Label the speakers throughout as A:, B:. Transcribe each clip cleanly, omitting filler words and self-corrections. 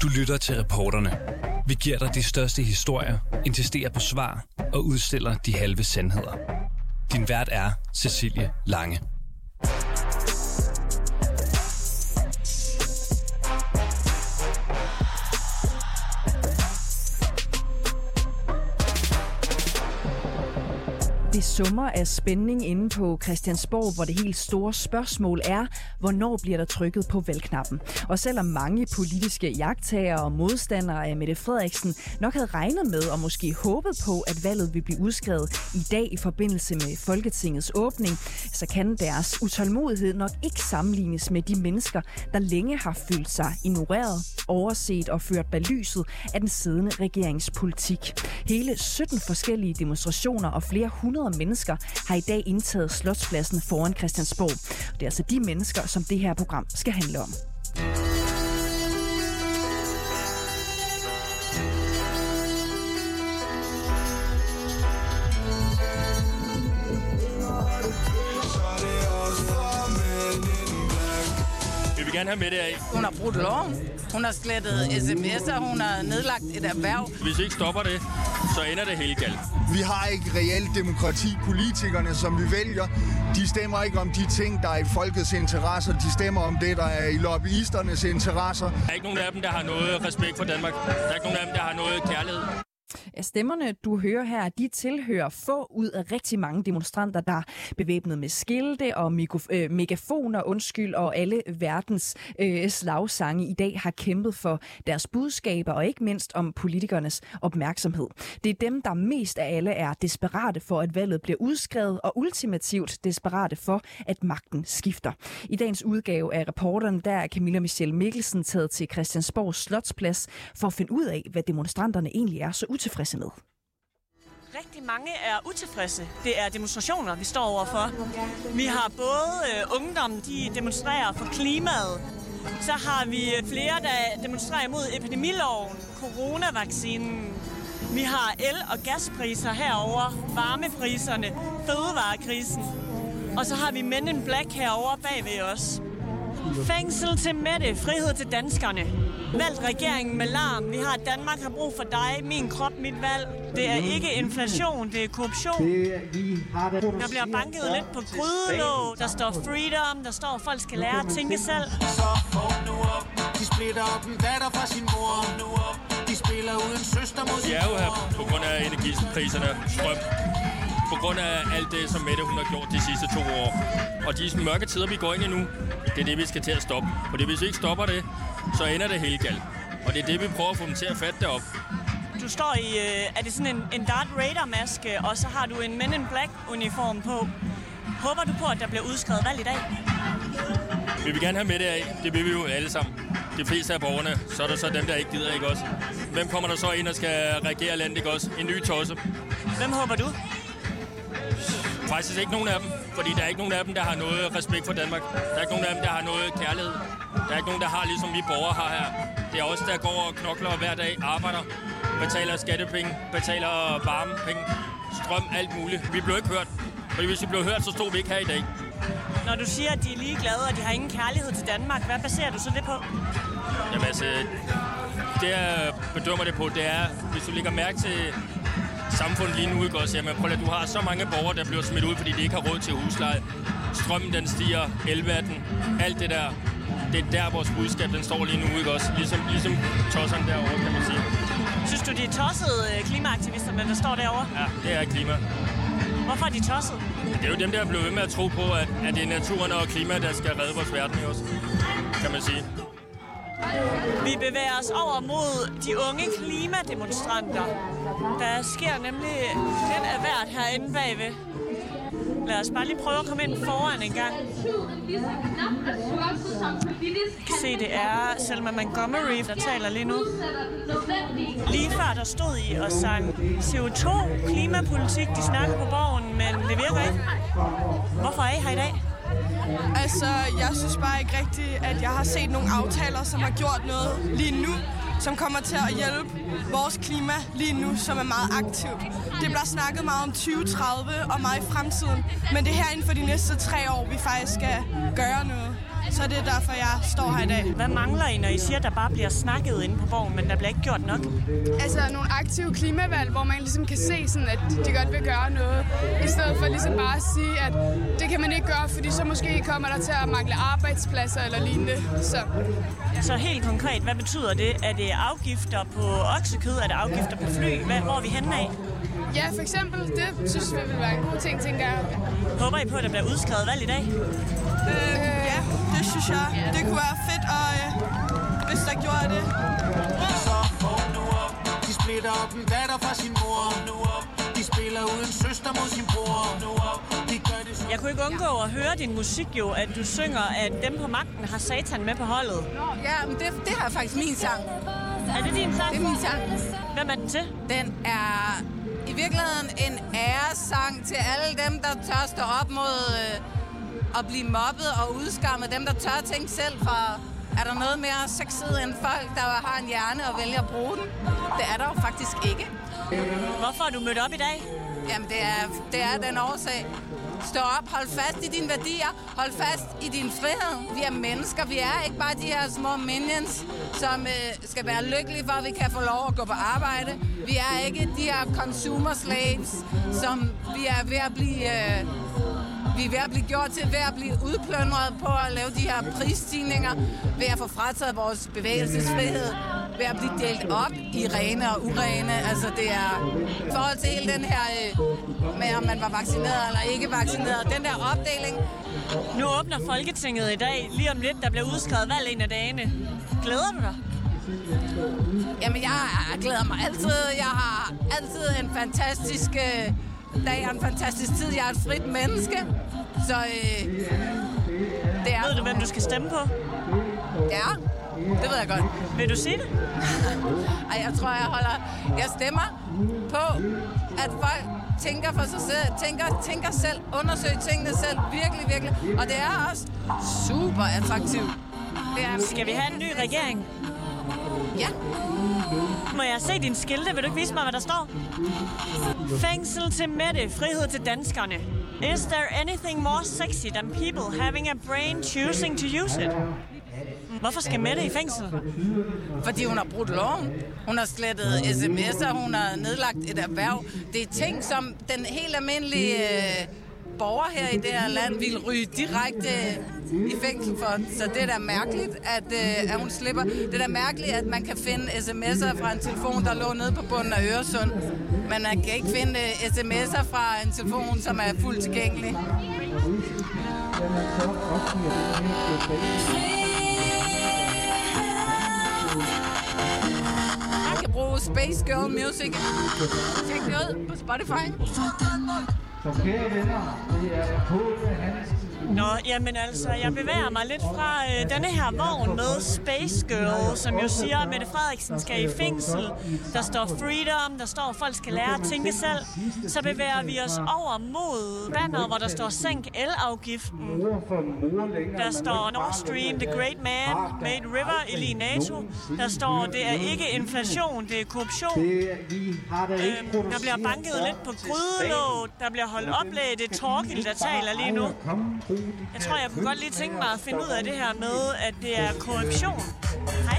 A: Du lytter til Reporterne. Vi giver dig de største historier, insisterer på svar og udstiller de halve sandheder. Din vært er Cecilie Lange.
B: Det summer af spænding inde på Christiansborg, hvor det helt store spørgsmål er, hvornår bliver der trykket på valgknappen. Og selvom mange politiske iagttagere og modstandere af Mette Frederiksen nok havde regnet med og måske håbet på, at valget vil blive udskrevet i dag i forbindelse med Folketingets åbning, så kan deres utålmodighed nok ikke sammenlignes med de mennesker, der længe har følt sig ignoreret, overset og ført bag lyset af den siddende regeringspolitik. Hele 17 forskellige demonstrationer og flere hundrede mennesker har i dag indtaget Slotspladsen foran Christiansborg. Det er altså de mennesker, som det her program skal handle om.
C: Vi vil gerne have Mette af.
D: Hun har brudt loven. Hun har slettet sms'er. Hun har nedlagt et erhverv.
C: Hvis vi ikke stopper det, så ender det helt galt.
E: Vi har ikke reelt demokrati. Politikerne, som vi vælger, de stemmer ikke om de ting, der er i folkets interesser. De stemmer om det, der er i lobbyisternes interesser.
C: Der er ikke nogen af dem, der har noget respekt for Danmark. Der er ikke nogen af dem, der har noget kærlighed.
B: Ja, stemmerne, du hører her, de tilhører få ud af rigtig mange demonstranter, der er bevæbnet med skilte og megafoner, og alle verdens slagsange i dag har kæmpet for deres budskaber og ikke mindst om politikernes opmærksomhed. Det er dem, der mest af alle er desperate for, at valget bliver udskrevet og ultimativt desperate for, at magten skifter. I dagens udgave af Reporterne, der er Camilla Michelle Mikkelsen taget til Christiansborgs Slotsplads for at finde ud af, hvad demonstranterne egentlig er så utilfredse med.
F: Rigtig mange er utilfredse. Det er demonstrationer, vi står overfor. Vi har både ungdom, de demonstrerer for klimaet. Så har vi flere, der demonstrerer mod epidemiloven, coronavaccinen. Vi har el- og gaspriser herover, varmepriserne, fødevarekrisen. Og så har vi Men in Black herover bagved os. Fængsel til Mette, frihed til danskerne. Valgt regeringen med larm. Vi har Danmark har brug for dig, min krop, mit valg. Det er ikke inflation, det er korruption. Der bliver banket lidt på grydelåg. Der står freedom, der står, at folk skal lære at tænke selv.
G: Så vågn nu op. De splitter op en datter fra sin mor. Nu op. De spiller uden søster mod sin
C: De er jo her på grund af energipriserne, strøm. På grund af alt det, som Mette hun har gjort de sidste 2 år. Og de mørke tider, vi går ind i nu, det er det, vi skal til at stoppe. For hvis vi ikke stopper det, så ender det helt galt. Og det er det, vi prøver at få dem til at fatte det op.
F: Du står i, er det sådan en Darth Vader-maske, og så har du en Men in Black-uniform på. Håber du på, at der bliver udskrevet valg i dag?
C: Vi vil gerne have Mette af. Det vil vi jo alle sammen. De fleste af borgerne, så er der så dem, der ikke gider, ikke også? Hvem kommer der så ind og skal regere landet, ikke også? En ny tosse.
F: Hvem håber du?
C: Faktisk ikke nogen af dem, fordi der er ikke nogen af dem, der har noget respekt for Danmark. Der er ikke nogen af dem, der har noget kærlighed. Der er ikke nogen, der har, ligesom vi borgere har her. Det er os, der går og knokler hver dag, arbejder, betaler skattepenge, betaler varmepenge, strøm, alt muligt. Vi blev ikke hørt, fordi hvis vi blev hørt, så stod vi ikke her i dag.
F: Når du siger, at de er ligeglade, og de har ingen kærlighed til Danmark, hvad baserer du så det på?
C: Jamen altså, det jeg bedømmer det på, det er, hvis du lægger mærke til samfundet lige nu, ikke også? Jamen prøv at du har så mange borgere, der bliver smidt ud, fordi de ikke har råd til husleje. Strømmen, den stiger, elvatten, alt det der. Det er der, vores budskab, den står lige nu, ikke også? Ligesom tosserne derovre, kan man sige.
F: Synes du, de er tossede klimaaktivisterne, der står derovre?
C: Ja, det er klima.
F: Hvorfor er de tosset?
C: Det er jo dem, der er blevet ved med at tro på, at det er naturen og klima, der skal redde vores verden, ikke også? Kan man sige.
F: Vi bevæger os over mod de unge klimademonstranter. Der sker nemlig lidt af hvert herinde bagved. Lad os bare lige prøve at komme ind foran en gang. Se, det er Selma Montgomery, der taler lige nu. Lige før der stod I og sang CO2, klimapolitik, de snakker på borgen, men det virker ikke. Hvorfor er I her i dag?
H: Altså, jeg synes bare ikke rigtigt, at jeg har set nogle aftaler, som har gjort noget lige nu, som kommer til at hjælpe vores klima lige nu, som er meget aktivt. Det bliver snakket meget om 2030 og meget i fremtiden, men det er her inden for de næste 3 år, vi faktisk skal gøre noget. Så det er derfor, jeg står her i dag.
F: Hvad mangler I, når I siger, at der bare bliver snakket inde på Borgen, men der bliver ikke gjort nok?
I: Altså nogle aktive klimavalg, hvor man ligesom kan se, sådan, at de godt vil gøre noget, i stedet for ligesom bare at sige, at det kan man ikke gøre, fordi så måske kommer der til at mangle arbejdspladser eller lignende.
F: Så helt konkret, hvad betyder det? Er det afgifter på oksekød? Er det afgifter på fly? Hvor er vi henne af?
I: Ja, for eksempel. Det synes vi vil være en god ting, tænker jeg.
F: Håber I på, at der bliver udskrevet valg i dag?
H: Ja, det synes jeg. Det kunne være fedt, hvis der gjorde det.
G: De splitter op en datter fra sin mor. De spiller uden søster mod sin bror.
F: Jeg kunne ikke undgå at høre din musik jo, at du synger, at dem på magten har satan med på holdet.
D: Ja, men det er faktisk min sang.
F: Er det din sang?
D: Det er min sang.
F: Hvem er den til?
D: Den er i virkeligheden en æressang til alle dem, der tør stå op mod at blive mobbet og udskammet. Dem, der tør tænke selv, for er der noget mere sexet end folk, der har en hjerne og vælger at bruge den? Det er der jo faktisk ikke.
F: Hvorfor er du mødt op i dag?
D: Jamen, det er den årsag. Stå op, hold fast i dine værdier, hold fast i din frihed. Vi er mennesker, vi er ikke bare de her små minions, som skal være lykkelige for, at vi kan få lov at gå på arbejde. Vi er ikke de her consumer slaves, som vi er ved at blive... Vi er ved at blive gjort til, ved at blive udplyndret på at lave de her prisstigninger, ved at få frataget vores bevægelsesfrihed, ved at blive delt op i rene og urene. Altså det er i forhold til hele den her med, om man var vaccineret eller ikke vaccineret. Den der opdeling.
F: Nu åbner Folketinget i dag. Lige om lidt, der bliver udskrevet valg en af dagene. Glæder du dig?
D: Jamen, jeg glæder mig altid. Jeg har altid en fantastisk dag og en fantastisk tid. Jeg er et frit menneske. Så det er...
F: Ved du, hvem du skal stemme på?
D: Ja, det ved jeg godt.
F: Vil du sige det?
D: Ej, jeg tror, jeg stemmer på, at folk tænker for sig selv, tænker selv, undersøger tingene selv, virkelig. Og det er også super attraktivt.
F: Skal vi have en ny regering?
D: Ja.
F: Må jeg se dine skilte? Vil du ikke vise mig, hvad der står? Fængsel til Mette, frihed til danskerne. Is there anything more sexy than people having a brain choosing to use it? Hvorfor skal Mette i fængsel?
D: Fordi hun har brudt loven. Hun har slettet sms'er, hun har nedlagt et erhverv. Det er ting, som den helt almindelige borger her i det her land vil ryge direkte i fængsel for. Så det er da mærkeligt, at hun slipper. Det er da mærkeligt, at man kan finde sms'er fra en telefon, der lå nede på bunden af Øresund. Men man kan ikke finde sms'er fra en telefon, som er fuldt tilgængelig. Man kan bruge Space Girl Music. Tjek det ud på Spotify.
J: Så kære venner, det er Poul Hansen.
F: Nå, jamen altså, jeg bevæger mig lidt fra denne her vogn med Space Girl, som jo siger, at Mette Frederiksen skal i fængsel. Der står freedom, der står, at folk skal lære at tænke selv. Så bevæger vi os over mod banner, hvor der står sænk el-afgiften. Der står Nord Stream, The Great Man, Made River, i NATO. Der står, det er ikke inflation, det er korruption. Der bliver banket lidt på grydelåget, der bliver holdt oplæg, det er Torgild, der taler lige nu. Jeg tror, jeg kunne godt lige tænke mig at finde ud af det her med, at det er korruption. Hej.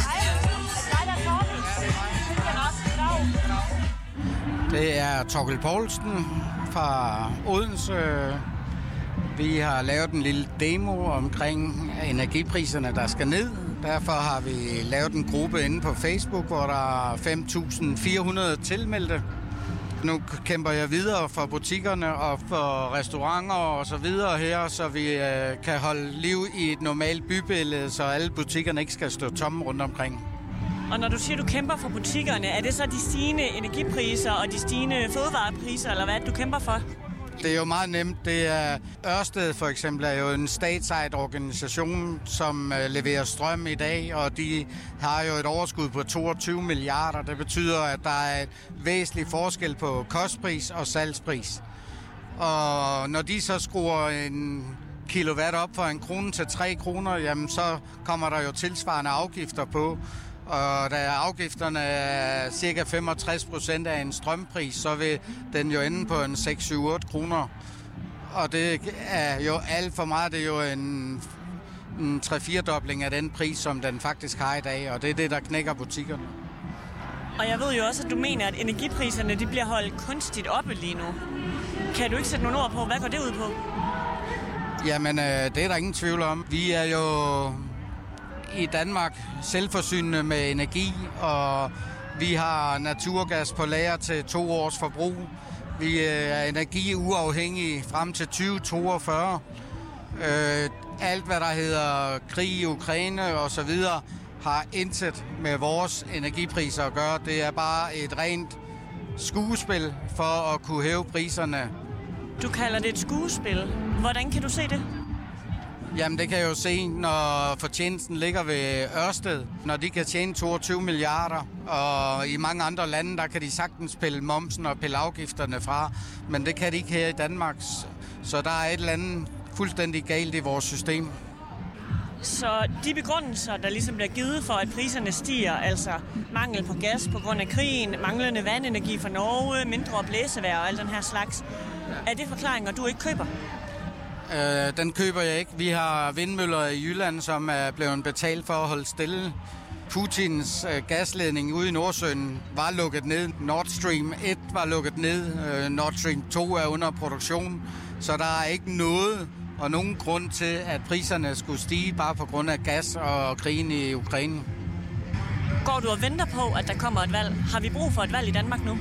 K: Det er Torgild Poulsen fra Odense. Vi har lavet en lille demo omkring energipriserne, der skal ned. Derfor har vi lavet en gruppe inde på Facebook, hvor der er 5.400 tilmeldte. Nu kæmper jeg videre for butikkerne og for restauranter og så videre her, så vi kan holde liv i et normalt bybillede, så alle butikkerne ikke skal stå tomme rundt omkring.
F: Og når du siger, du kæmper for butikkerne, er det så de stigende energipriser og de stigende fødevarepriser, eller hvad du kæmper for?
K: Det er jo meget nemt. Det er Ørsted for eksempel er jo en statsejet organisation, som leverer strøm i dag, og de har jo et overskud på 22 milliarder. Det betyder, at der er et væsentlig forskel på kostpris og salgspris. Og når de så skruer en kilowatt op fra 1 krone til 3 kroner, jamen så kommer der jo tilsvarende afgifter på. Og da afgifterne er cirka 65% af en strømpris, så vil den jo ende på en 6-7-8 kroner. Og det er jo alt for meget. Det er jo en 3-4-dobling af den pris, som den faktisk har i dag, og det er det, der knækker butikkerne.
F: Og jeg ved jo også, at du mener, at energipriserne de bliver holdt kunstigt oppe lige nu. Kan du ikke sætte nogle ord på, hvad går det ud på?
K: Jamen, det er der ingen tvivl om. Vi er jo i Danmark selvforsynende med energi, og vi har naturgas på lager til 2 års forbrug. Vi er energiuafhængige frem til 2042. Alt, hvad der hedder krig i Ukraine og så videre, har intet med vores energipriser at gøre. Det er bare et rent skuespil for at kunne hæve priserne.
F: Du kalder det et skuespil. Hvordan kan du se det?
K: Jamen, det kan jeg jo se, når fortjenesten ligger ved Ørsted. Når de kan tjene 22 milliarder, og i mange andre lande, der kan de sagtens pille momsen og pille afgifterne fra. Men det kan de ikke her i Danmark. Så der er et eller andet fuldstændig galt i vores system.
F: Så de begrundelser, der ligesom bliver givet for, at priserne stiger, altså mangel på gas på grund af krigen, manglende vandenergi fra Norge, mindre blæsevejr og alt den her slags, er det forklaringer, du ikke køber?
K: Den køber jeg ikke. Vi har vindmøller i Jylland, som er blevet betalt for at holde stille. Putins gasledning ude i Nordsøen var lukket ned. Nord Stream 1 var lukket ned. Nord Stream 2 er under produktion. Så der er ikke noget og nogen grund til, at priserne skulle stige bare på grund af gas og krigen i Ukraine.
F: Går du og venter på, at der kommer et valg? Har vi brug for et valg i Danmark nu?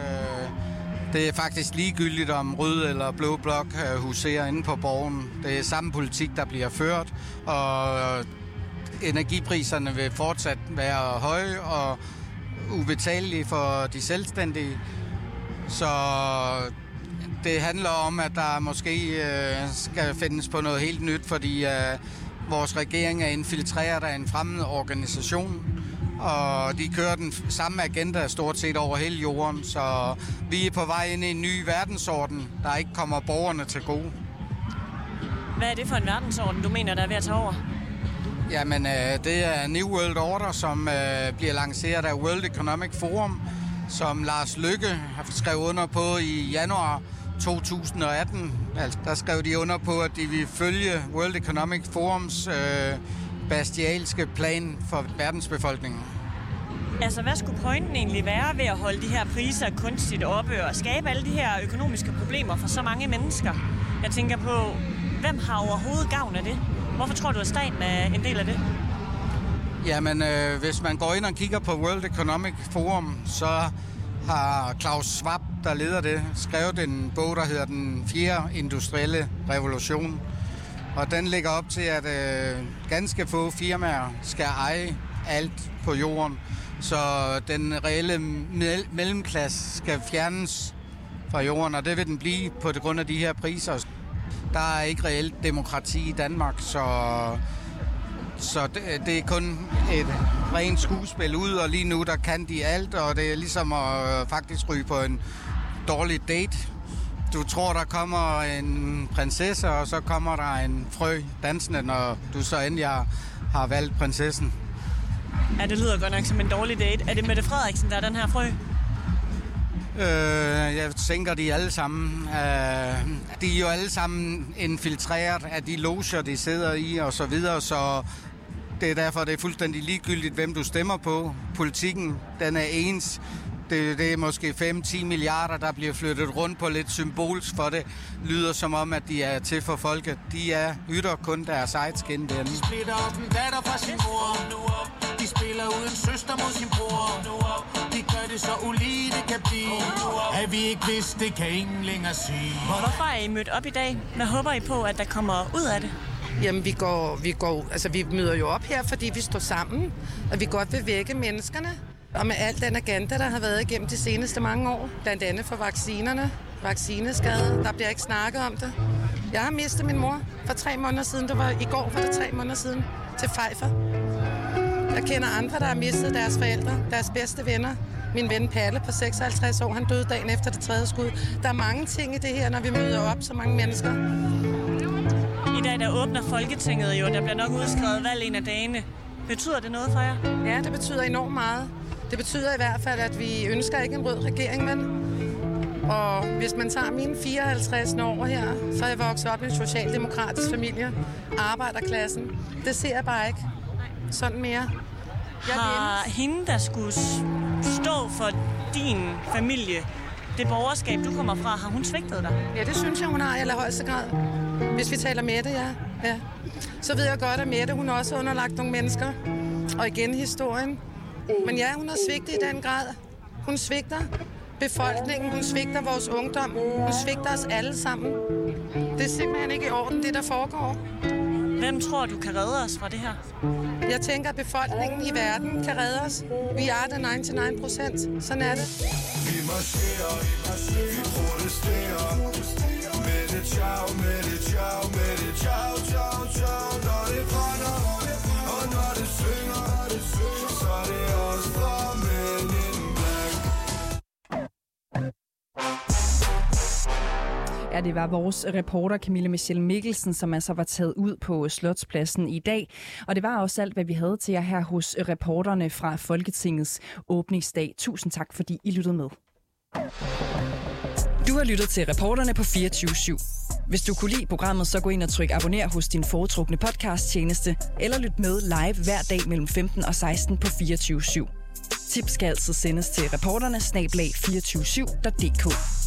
K: Det er faktisk ligegyldigt, om rød eller blå blok huserer inde på Borgen. Det er samme politik, der bliver ført, og energipriserne vil fortsat være høje og ubetalelige for de selvstændige. Så det handler om, at der måske skal findes på noget helt nyt, fordi vores regering er infiltreret af en fremmed organisation, og de kører den samme agenda stort set over hele jorden, så vi er på vej ind i en ny verdensorden, der ikke kommer borgerne til gode.
F: Hvad er det for en verdensorden, du mener, der er ved at tage over?
K: Jamen, det er New World Order, som bliver lanceret af World Economic Forum, som Lars Løkke har skrevet under på i januar 2018. Altså, der skrev de under på, at de vil følge World Economic Forums bastialske plan for verdensbefolkningen.
F: Altså, hvad skulle pointen egentlig være ved at holde de her priser kunstigt oppe og skabe alle de her økonomiske problemer for så mange mennesker? Jeg tænker på, hvem har overhovedet gavn af det? Hvorfor tror du, at staten er en del af det?
K: Jamen, hvis man går ind og kigger på World Economic Forum, så har Klaus Schwab, der leder det, skrevet en bog, der hedder Den 4. industrielle revolution. Og den lægger op til, at ganske få firmaer skal eje alt på jorden. Så den reelle mellemklasse skal fjernes fra jorden, og det vil den blive på grund af de her priser. Der er ikke reelt demokrati i Danmark, så det er kun et rent skuespil ud, og lige nu der kan de alt, og det er ligesom at faktisk ryge på en dårlig date. Du tror, der kommer en prinsesse, og så kommer der en frø dansende, når du så endelig har valgt prinsessen.
F: Ja, det lyder godt nok som en dårlig date. Er det Mette Frederiksen, der er den her frø?
K: Jeg tænker, de alle sammen. De er jo alle sammen infiltreret af de loger, de sidder i, og så videre, så det er derfor, det er fuldstændig ligegyldigt, hvem du stemmer på. Politikken, den er ens. Det er måske 5-10 milliarder, der bliver flyttet rundt på lidt symbolsk, for det lyder som om, at de er til for folket. De hytter kun deres eget skin derinde.
G: De splitter op en datter fra sin mor. De spiller uden søster mod sin bror. De gør det så ulige, det kan blive. Har vi ikke vidst, det kan ingen længere sige.
F: Hvorfor er I mødt op i dag? Hvad håber I på, at der kommer ud af det?
L: Jamen, vi møder jo op her, fordi vi står sammen, og vi godt vil vække menneskerne. Og med al den agenda, der har været igennem de seneste mange år, blandt andet for vaccinerne, vaccineskade, der bliver ikke snakket om det. Jeg har mistet min mor for 3 måneder siden. I går var det 3 måneder siden til Pfeiffer. Jeg kender andre, der har mistet deres forældre, deres bedste venner. Min ven Palle på 56 år, han døde dagen efter det 3. skud. Der er mange ting i det her, når vi møder op så mange mennesker.
F: I dag der åbner Folketinget jo, der bliver nok udskrevet valg en af dagene. Betyder det noget for jer?
L: Ja, det betyder enormt meget. Det betyder i hvert fald, at vi ønsker ikke en rød regering, men Og hvis man tager mine 54 år her, så er jeg vokset op i en socialdemokratisk familie. Arbejderklassen. Det ser jeg bare ikke sådan mere.
F: Har hende, der skulle stå for din familie, det borgerskab, du kommer fra, har hun svigtet dig?
L: Ja, det synes jeg, hun har i allerhøjeste grad. Hvis vi taler Mette, ja. Så ved jeg godt, at Mette, hun også har underlagt nogle mennesker. Og igen historien. Men ja, hun har svigtet i den grad. Hun svigter befolkningen, hun svigter vores ungdom, hun svigter os alle sammen. Det er simpelthen ikke i orden, det der foregår.
F: Hvem tror du kan redde os fra det her?
L: Jeg tænker, at befolkningen i verden kan redde os. Vi er der 99%. Sådan er det.
M: Vi marcherer, vi protesterer. Med det ciao, med det ciao, med det ciao, ciao, ciao. Når det brænder, og når det synger, så er det os fra Men in Black.
B: Ja, det var vores reporter Camilla Michelle Mikkelsen, som altså var taget ud på Slotspladsen i dag. Og det var også alt, hvad vi havde til jer her hos reporterne fra Folketingets åbningsdag. Tusind tak, fordi I lyttede med. Du har lyttet til reporterne på 24/7. Hvis du kunne lide programmet, så gå ind og tryk abonner hos din foretrukne podcasttjeneste, eller lyt med live hver dag mellem 15 og 16 på 24/7. Tips skal altid sendes til reporterne @247.dk.